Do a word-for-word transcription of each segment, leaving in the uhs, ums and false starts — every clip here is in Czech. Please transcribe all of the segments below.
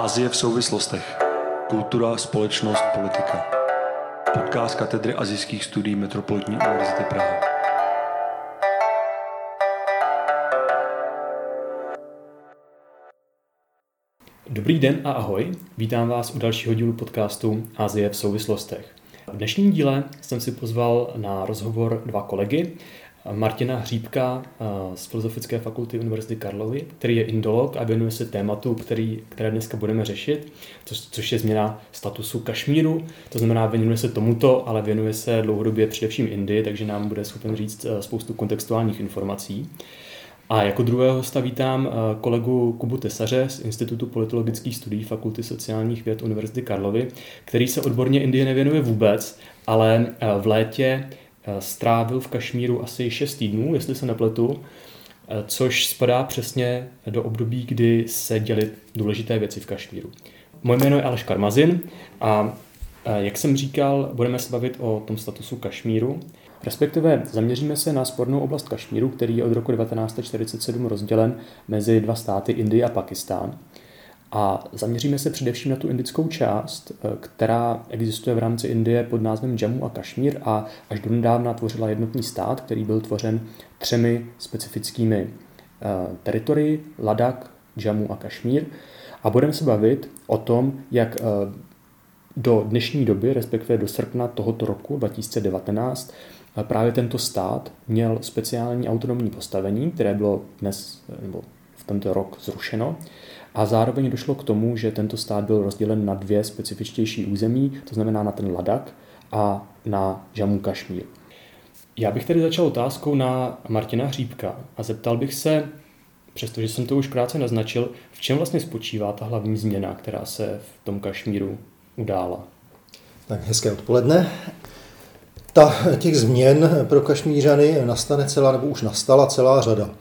Asie v souvislostech. Kultura, společnost, politika. Podcast katedry asijských studií Metropolitní univerzity Praha. Dobrý den a ahoj, vítám vás u dalšího dílu podcastu Asie v souvislostech. V dnešním díle jsem si pozval na rozhovor dva kolegy, Martina Hříbka z Filozofické fakulty Univerzity Karlovy, který je indolog a věnuje se tématu, který, které dneska budeme řešit, což, což je změna statusu Kašmíru. To znamená, věnuje se tomuto, ale věnuje se dlouhodobě především Indii, takže nám bude schopen říct spoustu kontextuálních informací. A jako druhého hosta vítám kolegu Kubu Tesaře z Institutu politologických studií Fakulty sociálních věd Univerzity Karlovy, který se odborně Indii nevěnuje vůbec, ale v létě strávil v Kašmíru asi šest týdnů, jestli se nepletu, což spadá přesně do období, kdy se děly důležité věci v Kašmíru. Moje jméno je Aleš Karmazin a jak jsem říkal, budeme se bavit o tom statusu Kašmíru. Respektive zaměříme se na spornou oblast Kašmíru, který je od roku devatenáct set čtyřicet sedm rozdělen mezi dva státy, Indii a Pakistán. A zaměříme se především na tu indickou část, která existuje v rámci Indie pod názvem Jammu a Kašmír a až donedávna tvořila jednotný stát, který byl tvořen třemi specifickými uh, teritorii, Ladakh, Jammu a Kašmír. A budeme se bavit o tom, jak uh, do dnešní doby, respektive do srpna tohoto roku dva tisíce devatenáct, právě tento stát měl speciální autonomní postavení, které bylo dnes nebo v tento rok zrušeno. A zároveň došlo k tomu, že tento stát byl rozdělen na dvě specifičtější území, to znamená na ten Ladakh a na Jammu Kašmír. Já bych tedy začal otázkou na Martina Hříbka a zeptal bych se, přestože jsem to už krátce naznačil, v čem vlastně spočívá ta hlavní změna, která se v tom Kašmíru udála. Tak hezké odpoledne. Ta, těch změn pro Kašmířany nastane celá, nebo už nastala celá řada.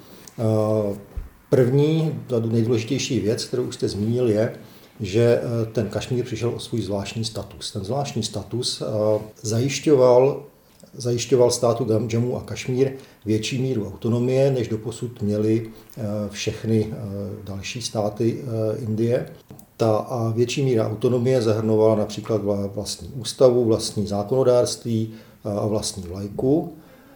První, ta nejdůležitější věc, kterou už jste zmínil, je, že ten Kašmír přišel o svůj zvláštní status. Ten zvláštní status zajišťoval, zajišťoval státu Jammu a Kašmír větší míru autonomie, než doposud měly všechny další státy Indie. Ta větší míra autonomie zahrnovala například vlastní ústavu, vlastní zákonodárství a vlastní vlajku.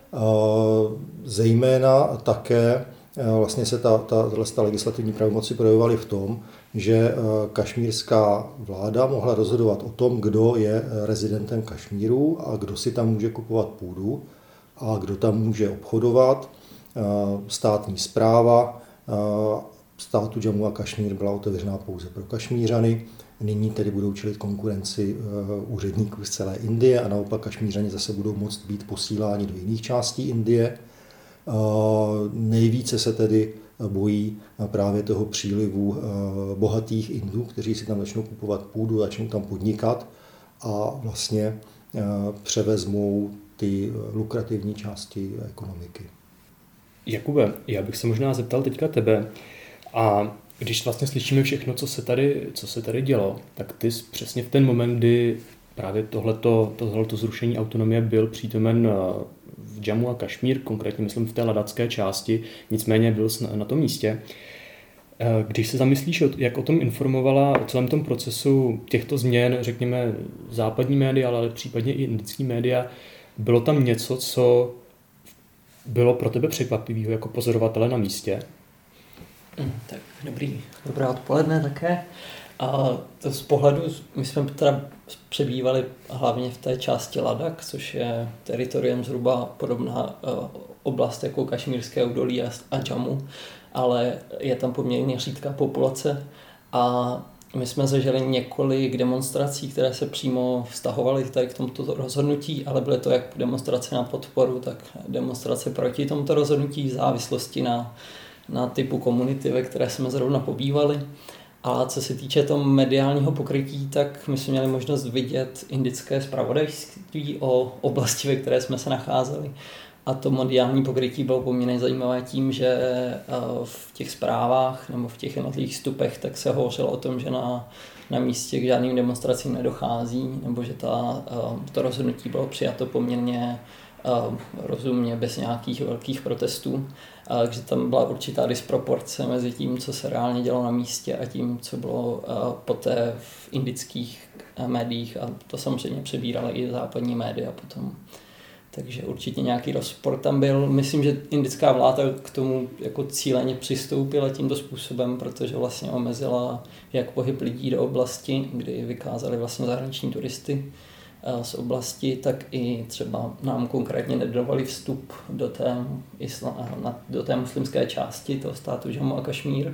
Zejména také vlastně se ta, ta, ta legislativní pravomoci projevovaly v tom, že kašmírská vláda mohla rozhodovat o tom, kdo je rezidentem Kašmíru a kdo si tam může kupovat půdu a kdo tam může obchodovat. Státní správa státu Jammu a Kašmír byla otevřená pouze pro Kašmířany. Nyní tedy budou čelit konkurenci úředníků z celé Indie a naopak Kašmířani zase budou moct být posíláni do jiných částí Indie. Nejvíce se tedy bojí právě toho přílivu bohatých Indů, kteří si tam začnou kupovat půdu, začnou tam podnikat a vlastně převezmou ty lukrativní části ekonomiky. Jakube, já bych se možná zeptal teďka tebe. A když vlastně slyšíme všechno, co se tady, co se tady dělo, tak ty přesně v ten moment, kdy právě tohleto, tohleto zrušení autonomie byl přítomen v Jammu a Kašmír, konkrétně myslím v té ladacké části, nicméně byl na tom místě. Když se zamyslíš, jak o tom informovala o celém tom procesu těchto změn, řekněme západní média, ale případně i indický média, bylo tam něco, co bylo pro tebe překvapivého jako pozorovatele na místě? Tak dobrý, dobré odpoledne také. A to z pohledu, my jsme teda přebývali hlavně v té části Ladakh, což je teritorium zhruba podobná oblast jako Kašmírské údolí a Jammu, ale je tam poměrně řídká populace a my jsme zažili několik demonstrací, které se přímo vztahovaly tady k tomuto rozhodnutí, ale byly to jak demonstrace na podporu, tak demonstrace proti tomuto rozhodnutí v závislosti na na typu komunity, ve které jsme zrovna pobývali. A co se týče toho mediálního pokrytí, tak my jsme měli možnost vidět indické zpravodajství o oblasti, ve které jsme se nacházeli. A to mediální pokrytí bylo poměrně zajímavé tím, že v těch zprávách nebo v těch jednotlivých vstupech tak se hovořilo o tom, že na, na místě k žádným demonstracím nedochází, nebo že ta, to rozhodnutí bylo přijato poměrně rozumně, bez nějakých velkých protestů. Takže tam byla určitá disproporce mezi tím, co se reálně dělo na místě a tím, co bylo poté v indických médiích, a to samozřejmě přebíraly i západní média potom. Takže určitě nějaký rozpor tam byl. Myslím, že indická vláda k tomu jako cíleně přistoupila tímto způsobem, protože vlastně omezila jak pohyb lidí do oblasti, kdy vykázali vlastně zahraniční turisty z oblasti, tak i třeba nám konkrétně nedávali vstup do té, isla, do té muslimské části toho státu Jammu a Kašmír.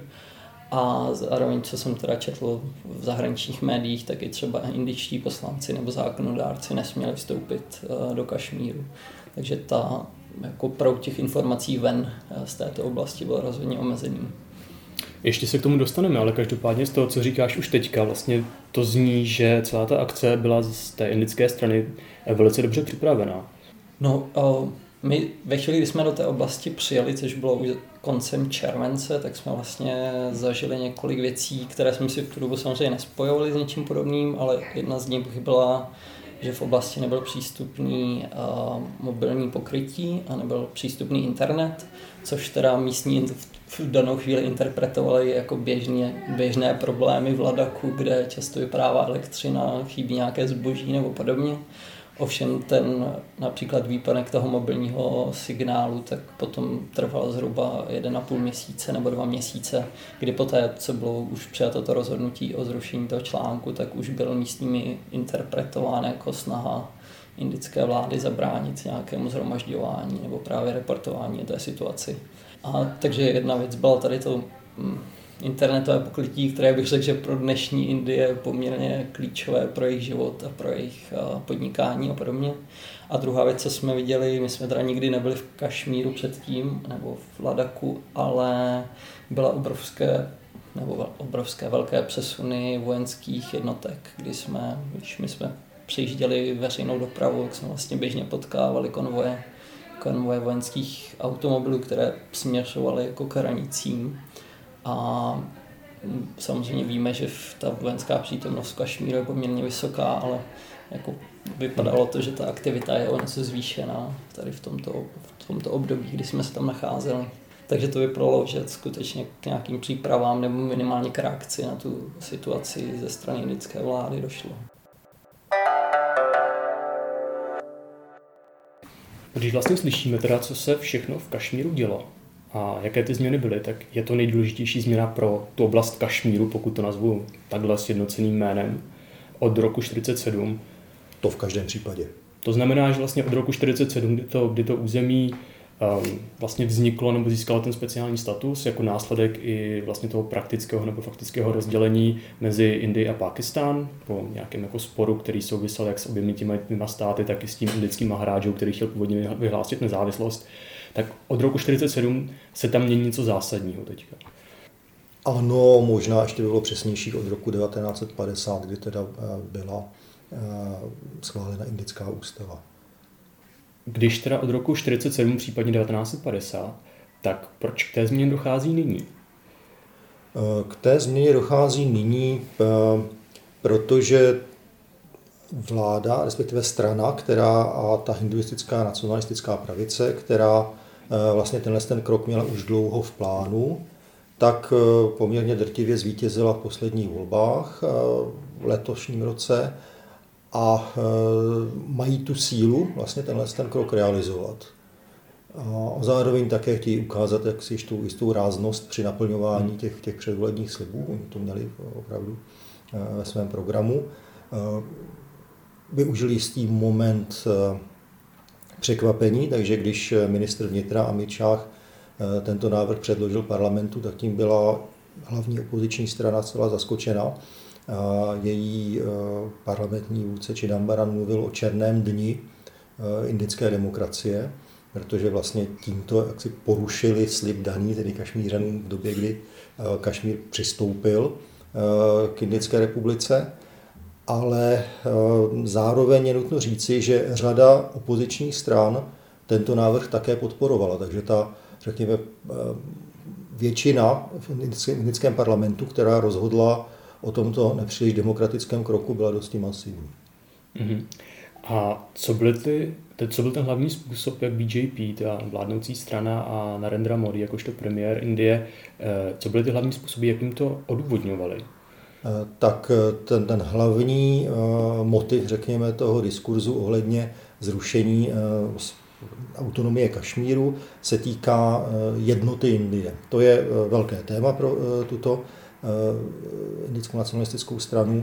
A zároveň, co jsem teda četl v zahraničních médiích, tak i třeba indičtí poslanci nebo zákonodárci nesměli vstoupit do Kašmíru. Takže ta jako proud těch informací ven z této oblasti byl rozhodně omezený. Ještě se k tomu dostaneme, ale každopádně z toho, co říkáš už teďka, vlastně to zní, že celá ta akce byla z té indické strany velice dobře připravená. No, my ve chvíli, kdy jsme do té oblasti přijeli, což bylo už koncem července, tak jsme vlastně zažili několik věcí, které jsme si v tu dobu samozřejmě nespojovali s něčím podobným, ale jedna z nich byla, že v oblasti nebyl přístupný uh, mobilní pokrytí a nebyl přístupný internet, což teda místní v danou chvíli interpretovali jako běžně, běžné problémy v Ladaku, kde často vypadává elektřina, chybí nějaké zboží nebo podobně. Ovšem ten například výpadek toho mobilního signálu tak potom trval zhruba jeden a půl měsíce nebo dva měsíce, kdy poté, co bylo už přijato to rozhodnutí o zrušení toho článku, tak už byl místními interpretován jako snaha indické vlády zabránit nějakému shromažďování nebo právě reportování té situaci. A takže jedna věc byla tady to internetové pokrytí, které bych řekl, že pro dnešní Indii je poměrně klíčové pro jejich život a pro jejich podnikání a podobně. A druhá věc, co jsme viděli, my jsme teda nikdy nebyli v Kašmíru předtím, nebo v Ladaku, ale byla obrovské, nebo obrovské velké přesuny vojenských jednotek, kdy jsme, když my jsme přijížděli veřejnou dopravu, tak jsme vlastně běžně potkávali konvoje, konvoje vojenských automobilů, které směřovaly jako k hranicím. A samozřejmě víme, že ta vojenská přítomnost v Kašmíru je poměrně vysoká, ale jako vypadalo to, že ta aktivita je o něco zvýšená tady v tomto, v tomto období, kdy jsme se tam nacházeli. Takže to vypadalo, že skutečně k nějakým přípravám nebo minimálně k reakci na tu situaci ze strany indické vlády došlo. Když vlastně slyšíme teda, co se všechno v Kašmíru dělo a jaké ty změny byly, tak je to nejdůležitější změna pro tu oblast Kašmíru, pokud to nazvu takhle sjednoceným jménem, od roku čtyřicet sedm. To v každém případě. To znamená, že vlastně od roku čtyřicet sedm, kdy to, kdy to území um, vlastně vzniklo nebo získalo ten speciální status jako následek i vlastně toho praktického nebo faktického rozdělení mezi Indii a Pákistán po nějakém jako sporu, který souvisel jak s oběmi těmi dvěma státy, tak i s tím indickým Mahárádžou, který chtěl původně vyhlásit nezávislost. Tak od roku čtyřicet sedm se tam mění něco zásadního teďka. Ano, možná ještě by bylo přesnější od roku devatenáct set padesát, kdy teda byla schválena indická ústava. Když teda od roku čtyřicet sedm, případně devatenáct set padesát, tak proč k té změně dochází nyní? K té změně dochází nyní, protože vláda, respektive strana, která a ta hinduistická nacionalistická pravice, která vlastně tenhle ten krok měla už dlouho v plánu, tak poměrně drtivě zvítězila v posledních volbách v letošním roce a mají tu sílu vlastně tenhle ten krok realizovat. A zároveň také chtějí ukázat jak si jistou, jistou ráznost při naplňování těch, těch předvolebních slibů. Oni to měli opravdu ve svém programu. Využili jistý moment překvapení, takže když ministr vnitra Amit Shah tento návrh předložil parlamentu, tak tím byla hlavní opoziční strana celá zaskočena. Její parlamentní vůdce Chidambaran mluvil o černém dni indické demokracie, protože vlastně tímto jaksi porušili slib daný, tedy Kašmířanům v době, kdy Kašmír přistoupil k Indické republice. Ale zároveň je nutno říci, že řada opozičních stran tento návrh také podporovala, takže ta, řekněme, většina v indickém parlamentu, která rozhodla o tomto nepříliš demokratickém kroku, byla dosti masivní. Mm-hmm. A co byly ty, co byl ten hlavní způsob, jak B J P, ta vládnoucí strana, a Narendra Modi, jakožto premiér Indie, co byly ty hlavní způsoby, jak jim to odůvodňovali? Tak ten, ten hlavní motiv, řekněme, toho diskurzu ohledně zrušení autonomie Kašmíru se týká jednoty Indie. To je velké téma pro tuto indickou nacionalistickou stranu.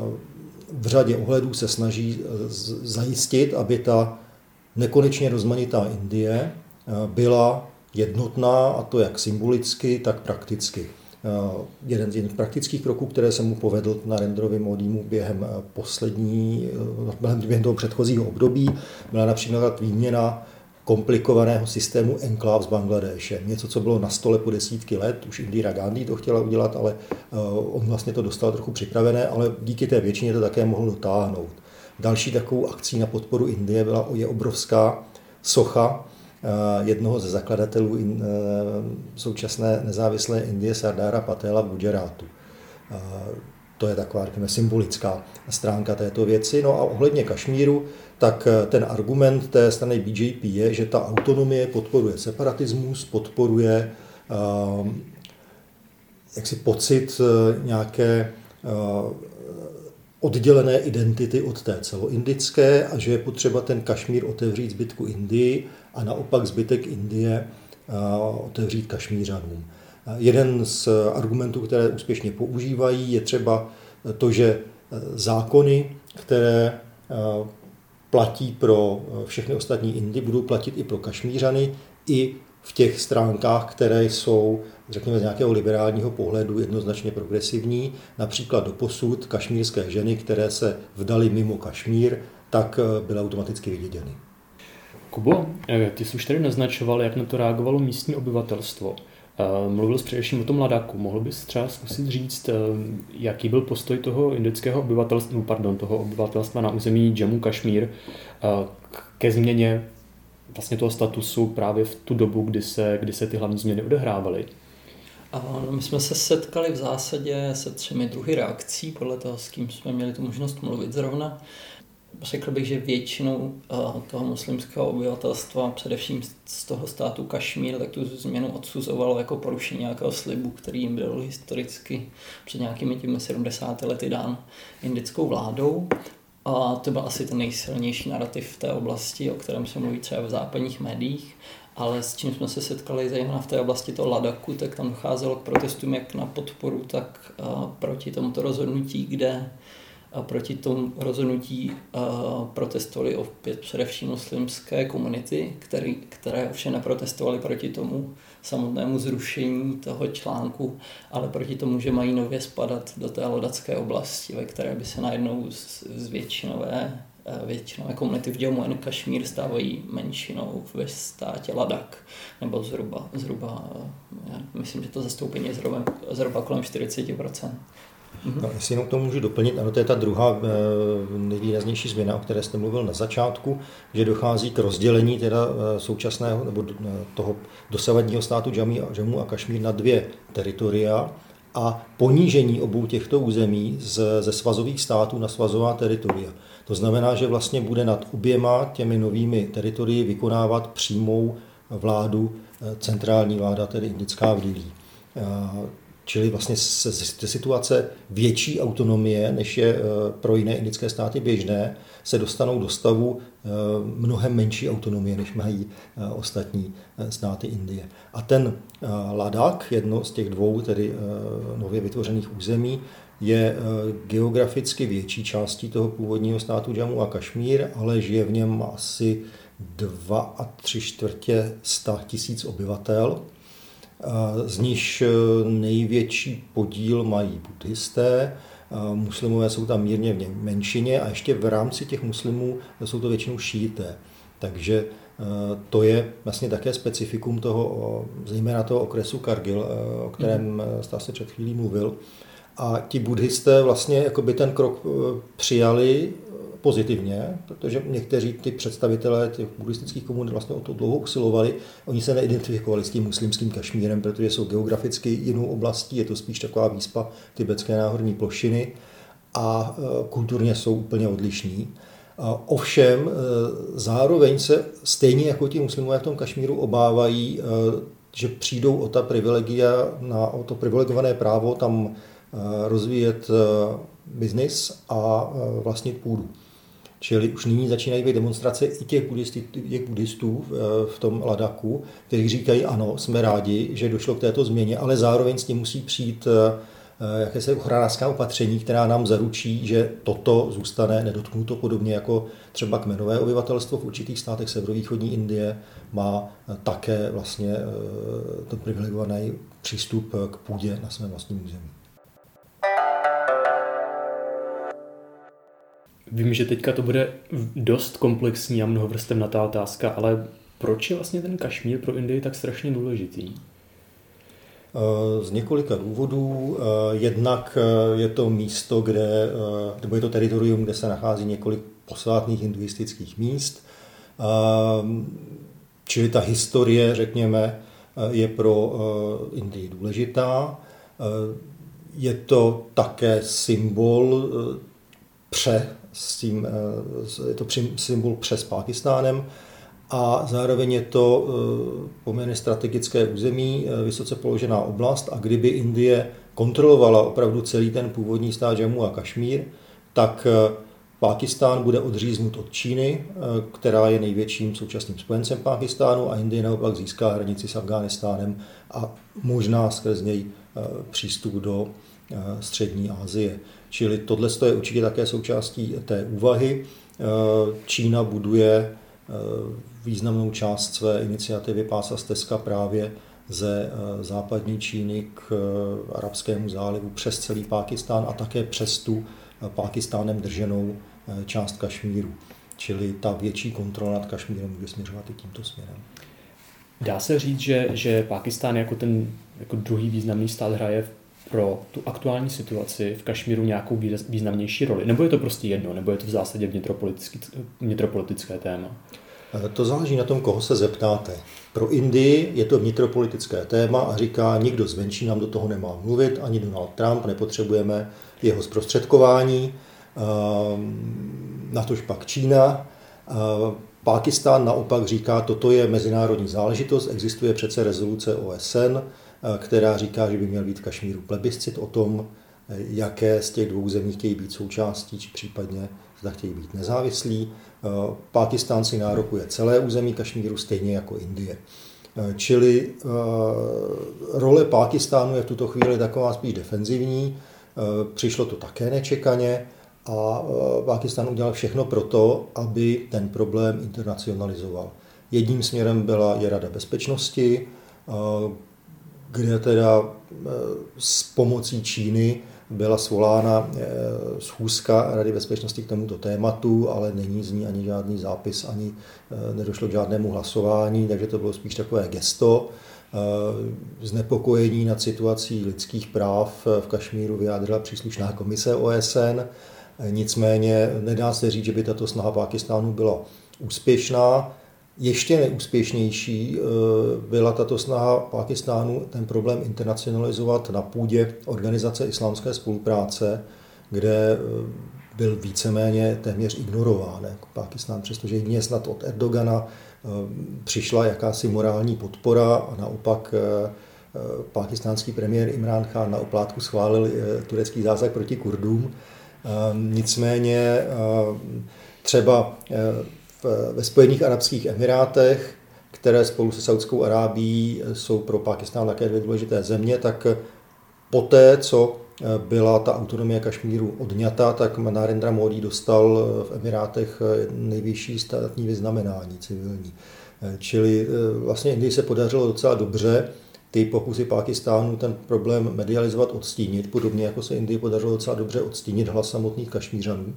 V řadě ohledů se snaží zajistit, aby ta nekonečně rozmanitá Indie byla jednotná, a to jak symbolicky, tak prakticky. Jeden z jiných praktických kroků, které se mu povedl Narendrovi Modimu během poslední, během toho předchozího období, byla například výměna komplikovaného systému enkláv s Bangladéšem. Něco, co bylo na stole po desítky let, už Indira Gandhi to chtěla udělat, ale on vlastně to dostal trochu připravené, ale díky té většině to také mohl dotáhnout. Další takovou akcí na podporu Indie byla je obrovská socha jednoho ze zakladatelů současné nezávislé Indie, Sardara Patela v Gujarátu. To je taková, řekněme, symbolická stránka této věci. No a ohledně Kašmíru, tak ten argument té strany B J P je, že ta autonomie podporuje separatismus, podporuje uh, jaksi pocit nějaké uh, oddělené identity od té celoindické a že je potřeba ten Kašmír otevřít zbytku Indii a naopak zbytek Indie uh, otevřít Kašmířanům. Uh, jeden z argumentů, které úspěšně používají, je třeba to, že zákony, které uh, platí pro všechny ostatní Indy, budou platit i pro Kašmířany, i v těch stránkách, které jsou, řekněme, z nějakého liberálního pohledu jednoznačně progresivní. Například doposud kašmírské ženy, které se vdaly mimo Kašmír, tak byly automaticky vyděděny. Kubo, ty jsi už tady naznačoval, jak na to reagovalo místní obyvatelstvo. Mluvil jsi především o tom Ladaku. Mohl bys třeba zkusit říct, jaký byl postoj toho indického obyvatelstva, pardon, toho obyvatelstva na území Jammu Kašmír ke změně vlastně toho statusu právě v tu dobu, kdy se, kdy se ty hlavní změny odehrávaly? My jsme se setkali v zásadě se třemi druhy reakcí, podle toho, s kým jsme měli tu možnost mluvit zrovna. Řekl bych, že většinou toho muslimského obyvatelstva, především z toho státu Kašmír, tak tu změnu odsuzovalo jako porušení nějakého slibu, který jim byl historicky před nějakými těmi sedmdesáti lety dán indickou vládou. A to byl asi ten nejsilnější narrativ v té oblasti, o kterém se mluví třeba v západních médiích. Ale s čím jsme se setkali zejména v té oblasti toho Ladaku, tak tam docházelo k protestům jak na podporu, tak proti tomuto rozhodnutí, kde a proti tomu rozhodnutí protestovali opět především muslimské komunity, který, které ovšem neprotestovali proti tomu samotnému zrušení toho článku, ale proti tomu, že mají nově spadat do té ladacké oblasti, ve které by se najednou z, z většinové, většinové komunity v Jammu a Kašmír stávají menšinou ve státě Ladak, nebo zhruba, zhruba já myslím, že to zastoupení je zhruba, zhruba kolem čtyřicet procent. No, jestli jenom to můžu doplnit, ano, to je ta druhá nejvýraznější změna, o které jste mluvil na začátku, že dochází k rozdělení teda současného nebo toho dosavadního státu Jammu a Kašmír na dvě teritoria a ponížení obou těchto území z, ze svazových států na svazová teritoria. To znamená, že vlastně bude nad oběma těmi novými teritorii vykonávat přímou vládu centrální vláda, tedy indická v Dillí. Čili vlastně ze situace větší autonomie, než je pro jiné indické státy běžné, se dostanou do stavu mnohem menší autonomie, než mají ostatní státy Indie. A ten Ladakh, jedno z těch dvou tedy nově vytvořených území, je geograficky větší částí toho původního státu Jammu a Kašmír, ale žije v něm asi dva a tři čtvrtě sta tisíc obyvatel. Z níž největší podíl mají buddhisté, muslimové jsou tam mírně v menšině a ještě v rámci těch muslimů jsou to většinou šíité. Takže to je vlastně také specifikum toho, zejména toho okresu Kargil, o kterém jste se před chvílí mluvil. A ti buddhisté vlastně jakoby ten krok přijali pozitivně, protože někteří ty představitelé těch buddhistických komunit vlastně o to dlouho usilovali. Oni se neidentifikovali s tím muslimským Kašmírem, protože jsou geograficky jinou oblastí, je to spíš taková výspa tibetské náhorní plošiny a kulturně jsou úplně odlišní. Ovšem zároveň se stejně jako ti muslimové v tom Kašmíru obávají, že přijdou o ta privilegia, na, o to privilegované právo tam rozvíjet biznis a vlastnit půdu. Čili už nyní začínají být demonstrace i těch buddhistů, těch buddhistů v tom Ladaku, kteří říkají, ano, jsme rádi, že došlo k této změně, ale zároveň s tím musí přijít jakési ochranářská opatření, která nám zaručí, že toto zůstane nedotknuto, podobně jako třeba kmenové obyvatelstvo v určitých státech severovýchodní Indie má také vlastně to privilegovaný přístup k půdě na svém vlastním území. Vím, že teďka to bude dost komplexní a mnohovrstevnatá otázka, ale proč je vlastně ten Kašmír pro Indii tak strašně důležitý? Z několika důvodů. Jednak je to místo, kde, nebo je to teritorium, kde se nachází několik posvátných hinduistických míst. Čili ta historie, řekněme, je pro Indii důležitá. Je to také symbol pře, s tím, je to symbol pře s Pákistánem a zároveň je to poměrně strategické území, vysoce položená oblast a kdyby Indie kontrolovala opravdu celý ten původní stát Jammu a Kašmír, tak Pákistán bude odříznut od Číny, která je největším současným spojencem Pákistánu a Indie naopak získá hranici s Afghánistánem a možná skrz něj přístup do střední Asie. Čili tohle je určitě také součástí té úvahy. Čína buduje významnou část své iniciativy Pása stezka právě ze západní Číny k Arabskému zálivu přes celý Pákistán a také přes tu Pákistánem drženou část Kašmíru. Čili ta větší kontrola nad Kašmírem může směřovat i tímto směrem. Dá se říct, že, že Pákistán jako ten jako druhý významný stát hraje pro tu aktuální situaci v Kašmíru nějakou významnější roli? Nebo je to prostě jedno? Nebo je to v zásadě vnitropolitické téma? To záleží na tom, koho se zeptáte. Pro Indii je to vnitropolitické téma a říká, nikdo zvenčí nám do toho nemá mluvit, ani Donald Trump, nepotřebujeme jeho zprostředkování, natož pak Čína. Pákistán naopak říká, toto je mezinárodní záležitost, existuje přece rezoluce O S N, která říká, že by měl být v Kašmíru plebiscit o tom, jaké z těch dvou zemí chtějí být součástí, či případně zda chtějí být nezávislí. Pákistán si nárokuje celé území Kašmíru stejně jako Indie. Čili role Pákistánu je v tuto chvíli taková spíš defenzivní. Přišlo to také nečekaně a Pákistán udělal všechno pro to, aby ten problém internacionalizoval. Jedním směrem byla je Rada bezpečnosti, kde teda s pomocí Číny byla svolána schůzka Rady bezpečnosti k tomuto tématu, ale není z ní ani žádný zápis, ani nedošlo k žádnému hlasování, takže to bylo spíš takové gesto. Znepokojení nad situací lidských práv v Kašmíru vyjádřila příslušná komise O S N. Nicméně nedá se říct, že by tato snaha Pákistánu byla úspěšná. Ještě neúspěšnější byla tato snaha Pákistánu ten problém internacionalizovat na půdě Organizace islámské spolupráce, kde byl víceméně téměř ignorován Pákistán, přestože jedině snad od Erdogana přišla jakási morální podpora a naopak pákistánský premiér Imrán Khan na oplátku schválil turecký zásah proti Kurdům. Nicméně třeba ve Spojených arabských emirátech, které spolu se Saudskou Arábií jsou pro Pákistán také dvě důležité země, tak poté, co byla ta autonomie Kašmíru odňata, tak Narendra Modi dostal v Emirátech nejvyšší státní vyznamenání civilní. Čili vlastně Indii se podařilo docela dobře ty pokusy Pákistánu ten problém medializovat, odstínit, podobně jako se Indii podařilo docela dobře odstínit hlas samotných Kašmířanů.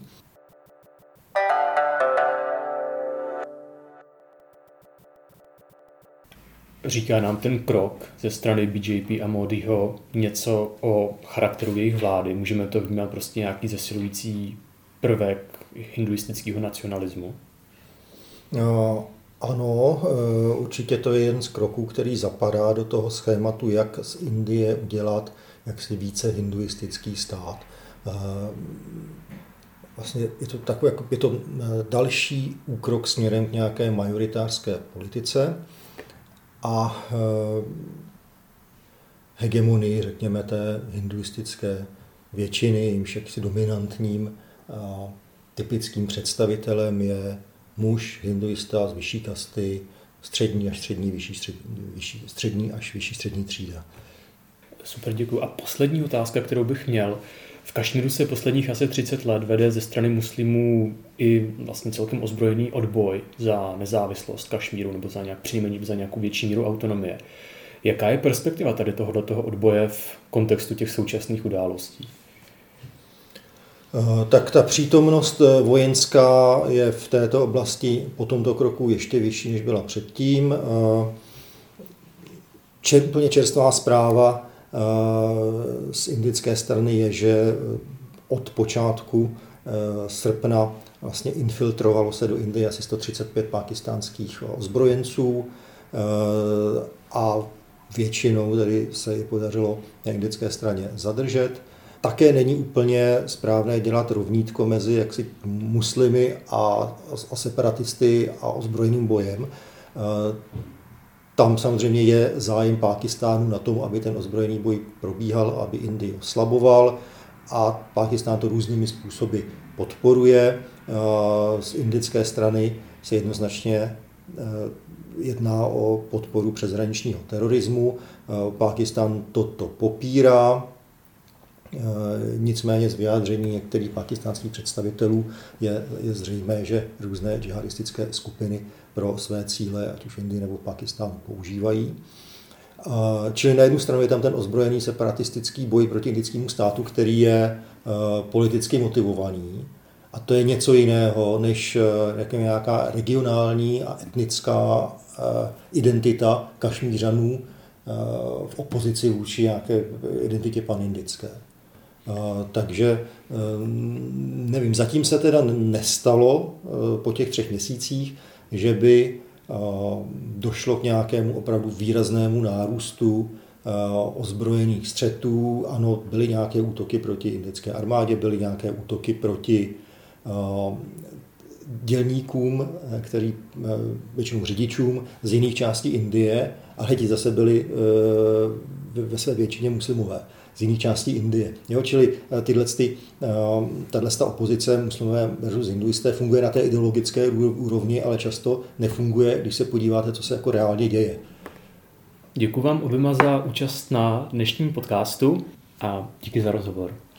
Říká nám ten krok ze strany B J P a Modiho něco o charakteru jejich vlády? Můžeme to vnímat prostě nějaký zesilující prvek hinduistického nacionalismu? No, ano, určitě to je jeden z kroků, který zapadá do toho schématu, jak z Indie udělat jaksi více hinduistický stát. vlastně je to takový, jako je to další úkrok směrem k nějaké majoritářské politice a hegemonii, řekněme, té hinduistické většiny, jimž jaksi dominantním a typickým představitelem je muž, hinduista z vyšší kasty, střední až střední, vyšší, střední, vyšší, střední až vyšší střední třída. Super, děkuji. A poslední otázka, kterou bych měl. V Kašmíru se posledních asi třicet let vede ze strany muslimů i vlastně celkem ozbrojený odboj za nezávislost Kašmíru nebo za nějak přinejmenším za nějakou větší míru autonomie. Jaká je perspektiva tady tohoto odboje v kontextu těch současných událostí? Tak ta přítomnost vojenská je v této oblasti po tomto kroku ještě vyšší, než byla předtím. Čer, plně čerstvá zpráva z indické strany je, že od počátku srpna vlastně infiltrovalo se do Indie asi sto třicet pět pákistánských ozbrojenců a většinou tady se ji podařilo na indické straně zadržet. Také není úplně správné dělat rovnítko mezi jaksi muslimy a, a separatisty a ozbrojeným bojem. Tam samozřejmě je zájem Pákistánu na tom, aby ten ozbrojený boj probíhal, aby Indii oslaboval a Pákistán to různými způsoby podporuje. Z indické strany se jednoznačně jedná o podporu přeshraničního terorismu. Pákistán toto popírá. Nicméně z vyjádření některých pákistánských představitelů je, je zřejmé, že různé džihadistické skupiny pro své cíle, ať už v Indii nebo v Pákistánu, používají. Čili na jednu stranu je tam ten ozbrojený separatistický boj proti indickému státu, který je politicky motivovaný. A to je něco jiného, než nějaká regionální a etnická identita Kašmířanů v opozici vůči nějaké identitě panindické. Takže nevím, zatím se teda nestalo po těch třech měsících, že by došlo k nějakému opravdu výraznému nárůstu ozbrojených střetů. Ano, byly nějaké útoky proti indické armádě, byly nějaké útoky proti dělníkům, který, většinou řidičům z jiných částí Indie, ale ti zase byli ve své většině muslimové z jiných částí Indie. Jo, čili tyhle, ty, tato opozice muslimové versus hinduisté funguje na té ideologické úrovni, ale často nefunguje, když se podíváte, co se jako reálně děje. Děkuji vám oběma za účast na dnešním podcastu a díky za rozhovor.